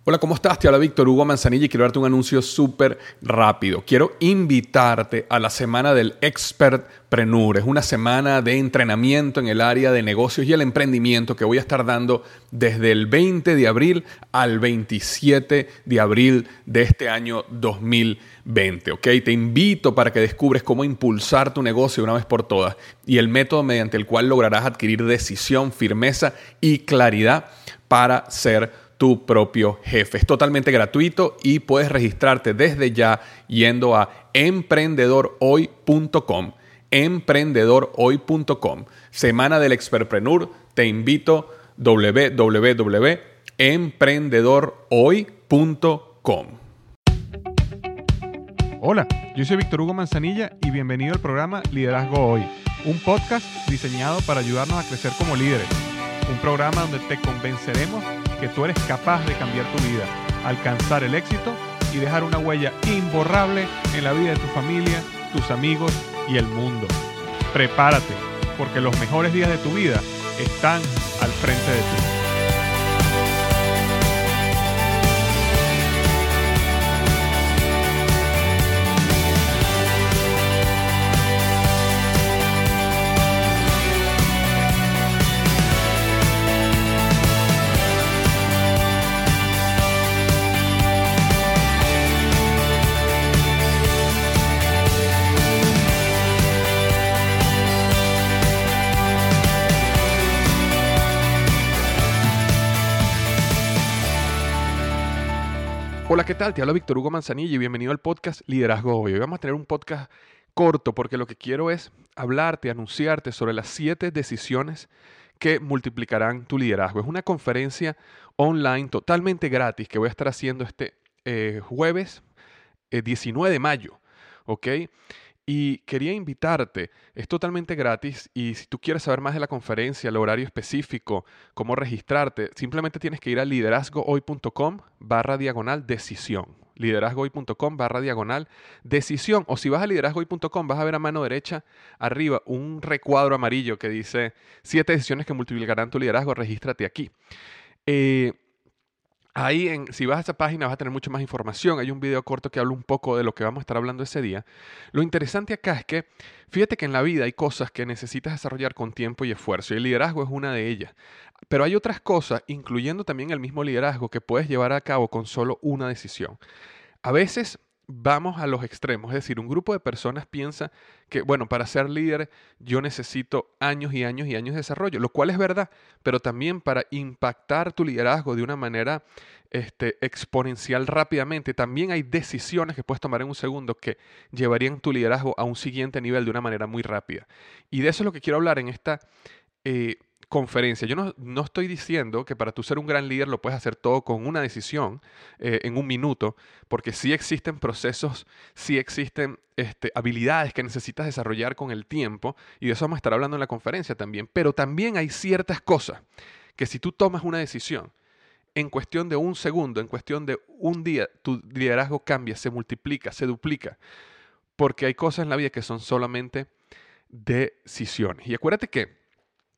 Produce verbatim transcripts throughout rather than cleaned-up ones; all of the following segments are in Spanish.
Hola, ¿cómo estás? Te habla Víctor Hugo Manzanilla y quiero darte un anuncio súper rápido. Quiero invitarte a la semana del Expertpreneur. Es una semana de entrenamiento en el área de negocios y el emprendimiento que voy a estar dando desde el veinte de abril al veintisiete de abril de este año dos mil veinte. ¿Ok? Te invito para que descubres cómo impulsar tu negocio de una vez por todas y el método mediante el cual lograrás adquirir decisión, firmeza y claridad para ser tu propio jefe. Es totalmente gratuito y puedes registrarte desde ya yendo a emprendedor hoy punto com. emprendedor hoy punto com. Semana del Expertpreneur. Te invito w w w punto emprendedor hoy punto com. Hola, yo soy Víctor Hugo Manzanilla y bienvenido al programa Liderazgo Hoy, un podcast diseñado para ayudarnos a crecer como líderes. Un programa donde te convenceremos que tú eres capaz de cambiar tu vida, alcanzar el éxito y dejar una huella imborrable en la vida de tu familia, tus amigos y el mundo. Prepárate, porque los mejores días de tu vida están al frente de ti. Hola, ¿qué tal? Te habla Víctor Hugo Manzanilla y bienvenido al podcast Liderazgo Hoy. Hoy vamos a tener un podcast corto porque lo que quiero es hablarte, anunciarte sobre las siete decisiones que multiplicarán tu liderazgo. Es una conferencia online totalmente gratis que voy a estar haciendo este eh, jueves eh, diecinueve de mayo, ¿ok? Y quería invitarte, es totalmente gratis y si tú quieres saber más de la conferencia, el horario específico, cómo registrarte, simplemente tienes que ir a liderazgohoy.com barra diagonal decisión. liderazgohoy.com barra diagonal decisión. O si vas a liderazgohoy punto com vas a ver a mano derecha arriba un recuadro amarillo que dice siete decisiones que multiplicarán tu liderazgo, regístrate aquí. Eh, Ahí, en, si vas a esa página, vas a tener mucha más información. Hay un video corto que habla un poco de lo que vamos a estar hablando ese día. Lo interesante acá es que, fíjate que en la vida hay cosas que necesitas desarrollar con tiempo y esfuerzo, y el liderazgo es una de ellas. Pero hay otras cosas, incluyendo también el mismo liderazgo, que puedes llevar a cabo con solo una decisión. A veces vamos a los extremos, es decir, un grupo de personas piensa que, bueno, para ser líder yo necesito años y años y años de desarrollo, lo cual es verdad, pero también para impactar tu liderazgo de una manera este, exponencial rápidamente, también hay decisiones que puedes tomar en un segundo que llevarían tu liderazgo a un siguiente nivel de una manera muy rápida. Y de eso es lo que quiero hablar en esta eh, conferencia. Yo no, no estoy diciendo que para tú ser un gran líder lo puedes hacer todo con una decisión eh, en un minuto, porque sí existen procesos, sí existen este, habilidades que necesitas desarrollar con el tiempo, y de eso vamos a estar hablando en la conferencia también, pero también hay ciertas cosas que si tú tomas una decisión, en cuestión de un segundo, en cuestión de un día, tu liderazgo cambia, se multiplica, se duplica, porque hay cosas en la vida que son solamente decisiones. Y acuérdate que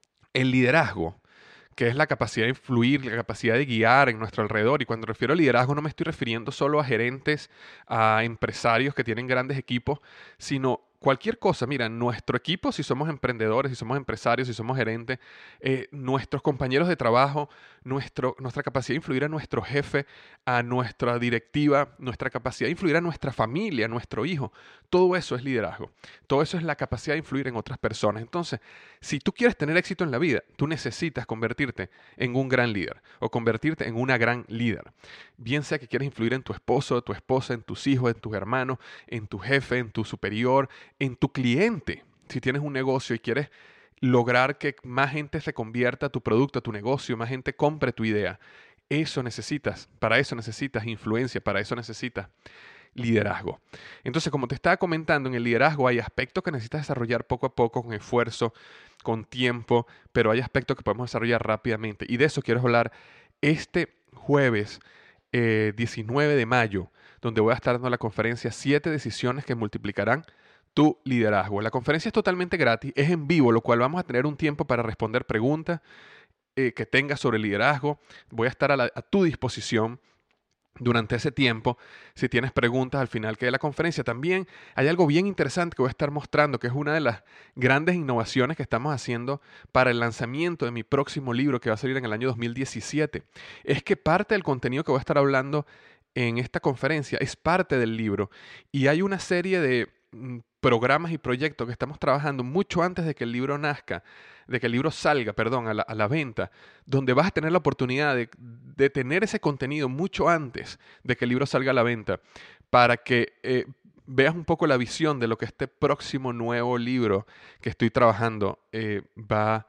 el liderazgo, que es la capacidad de influir, la capacidad de guiar en nuestro alrededor. Y cuando refiero a liderazgo no me estoy refiriendo solo a gerentes, a empresarios que tienen grandes equipos, sino cualquier cosa. Mira, nuestro equipo, si somos emprendedores, si somos empresarios, si somos gerentes, eh, nuestros compañeros de trabajo, nuestro, nuestra capacidad de influir a nuestro jefe, a nuestra directiva, nuestra capacidad de influir a nuestra familia, a nuestro hijo, todo eso es liderazgo. Todo eso es la capacidad de influir en otras personas. Entonces, si tú quieres tener éxito en la vida, tú necesitas convertirte en un gran líder o convertirte en una gran líder. Bien sea que quieras influir en tu esposo, tu esposa, en tus hijos, en tus hermanos, en tu jefe, en tu superior, en tu cliente. Si tienes un negocio y quieres lograr que más gente se convierta a tu producto, a tu negocio, más gente compre tu idea, eso necesitas, para eso necesitas influencia, para eso necesitas liderazgo. Entonces, como te estaba comentando, en el liderazgo hay aspectos que necesitas desarrollar poco a poco, con esfuerzo, con tiempo, pero hay aspectos que podemos desarrollar rápidamente. Y de eso quiero hablar este jueves eh, diecinueve de mayo, donde voy a estar dando la conferencia siete decisiones que multiplicarán tu liderazgo. La conferencia es totalmente gratis, es en vivo, lo cual vamos a tener un tiempo para responder preguntas eh, que tengas sobre liderazgo. Voy a estar a, la, a tu disposición. durante ese tiempo, si tienes preguntas al final que de la conferencia. También hay algo bien interesante que voy a estar mostrando, que es una de las grandes innovaciones que estamos haciendo para el lanzamiento de mi próximo libro que va a salir en el año dos mil diecisiete. Es que parte del contenido que voy a estar hablando en esta conferencia es parte del libro, y hay una serie de mm, programas y proyectos que estamos trabajando mucho antes de que el libro nazca, de que el libro salga, perdón, a la, a la venta, donde vas a tener la oportunidad de, de tener ese contenido mucho antes de que el libro salga a la venta, para que eh, veas un poco la visión de lo que este próximo nuevo libro que estoy trabajando eh, va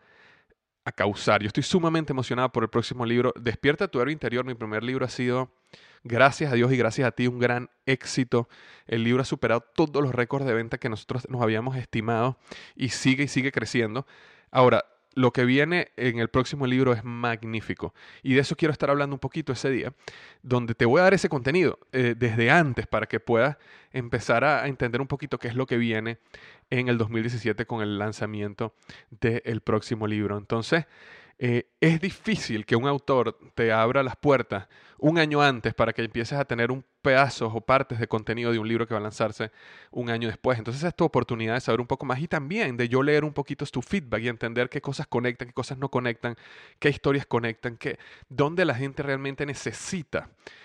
a causar. Yo estoy sumamente emocionado por el próximo libro. Despierta tu héroe interior. Mi primer libro ha sido, gracias a Dios y gracias a ti, un gran éxito. El libro ha superado todos los récords de venta que nosotros nos habíamos estimado y sigue y sigue creciendo. Ahora, lo que viene en el próximo libro es magnífico, y de eso quiero estar hablando un poquito ese día, donde te voy a dar ese contenido eh, desde antes para que puedas empezar a entender un poquito qué es lo que viene en el dos mil diecisiete con el lanzamiento del próximo libro. Entonces, eh, es difícil que un autor te abra las puertas un año antes para que empieces a tener un pedazos o partes de contenido de un libro que va a lanzarse un año después. Entonces es tu oportunidad de saber un poco más, y también de yo leer un poquito tu feedback y entender qué cosas conectan, qué cosas no conectan, qué historias conectan, qué, dónde la gente realmente necesita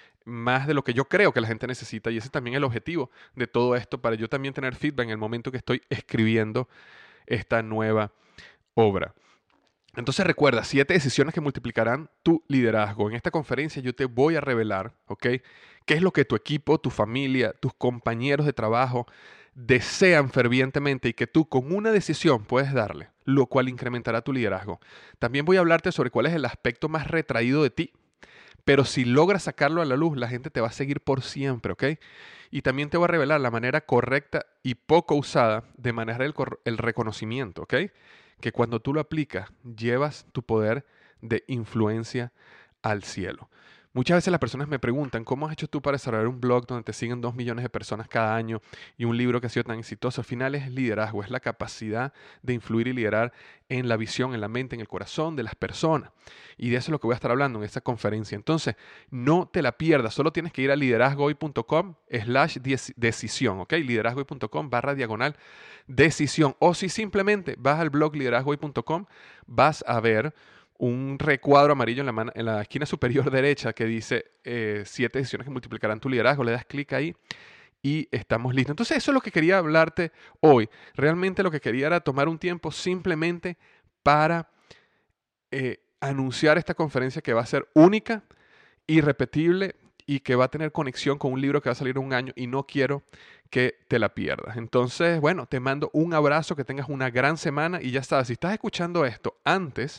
más de lo que yo creo que la gente necesita. Y ese también es el objetivo de todo esto, para yo también tener feedback en el momento que estoy escribiendo esta nueva obra. Entonces recuerda, siete decisiones que multiplicarán tu liderazgo. En esta conferencia yo te voy a revelar, ¿ok?, qué es lo que tu equipo, tu familia, tus compañeros de trabajo desean fervientemente y que tú con una decisión puedes darle, lo cual incrementará tu liderazgo. También voy a hablarte sobre cuál es el aspecto más retraído de ti, pero si logras sacarlo a la luz, la gente te va a seguir por siempre, ¿ok? Y también te voy a revelar la manera correcta y poco usada de manejar el, el reconocimiento, ¿ok? Que cuando tú lo aplicas, llevas tu poder de influencia al cielo. Muchas veces las personas me preguntan, ¿cómo has hecho tú para desarrollar un blog donde te siguen dos millones de personas cada año y un libro que ha sido tan exitoso? Al final es liderazgo, es la capacidad de influir y liderar en la visión, en la mente, en el corazón de las personas. Y de eso es lo que voy a estar hablando en esta conferencia. Entonces, no te la pierdas. Solo tienes que ir a liderazgohoy.com slash decisión, ¿ok? liderazgohoy.com barra diagonal decisión. O si simplemente vas al blog liderazgohoy punto com, vas a ver un recuadro amarillo en la, mano, en la esquina superior derecha que dice eh, siete decisiones que multiplicarán tu liderazgo. Le das clic ahí y estamos listos. Entonces eso es lo que quería hablarte hoy. Realmente lo que quería era tomar un tiempo simplemente para eh, anunciar esta conferencia que va a ser única, irrepetible y que va a tener conexión con un libro que va a salir en un año, y no quiero que te la pierdas. Entonces, bueno, te mando un abrazo, que tengas una gran semana, y ya sabes, si estás escuchando esto antes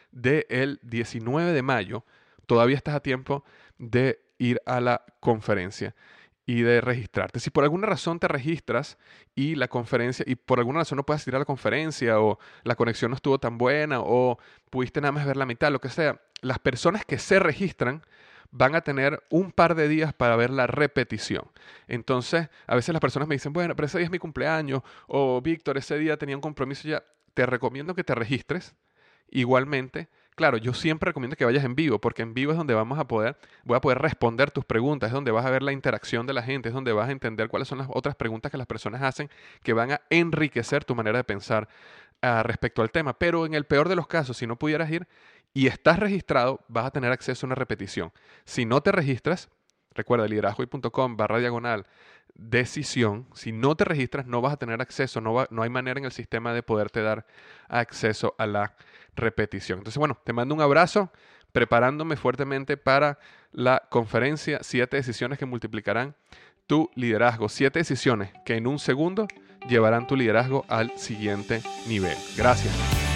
del diecinueve de mayo, todavía estás a tiempo de ir a la conferencia y de registrarte. Si por alguna razón te registras y la conferencia, y por alguna razón no puedes ir a la conferencia, o la conexión no estuvo tan buena, o pudiste nada más ver la mitad, lo que sea, las personas que se registran van a tener un par de días para ver la repetición. Entonces, a veces las personas me dicen, bueno, pero ese día es mi cumpleaños, o Víctor, ese día tenía un compromiso ya. Te recomiendo que te registres. Igualmente, claro, yo siempre recomiendo que vayas en vivo, porque en vivo es donde vamos a poder, voy a poder responder tus preguntas, es donde vas a ver la interacción de la gente, es donde vas a entender cuáles son las otras preguntas que las personas hacen, que van a enriquecer tu manera de pensar uh, respecto al tema. Pero en el peor de los casos, si no pudieras ir y estás registrado, vas a tener acceso a una repetición. Si no te registras, recuerda, liderazgohoy.com barra diagonal decisión. Si no te registras, no vas a tener acceso, no, va, no hay manera en el sistema de poderte dar acceso a la repetición. Entonces, bueno, te mando un abrazo, preparándome fuertemente para la conferencia siete decisiones que multiplicarán tu liderazgo. siete decisiones que en un segundo llevarán tu liderazgo al siguiente nivel. Gracias.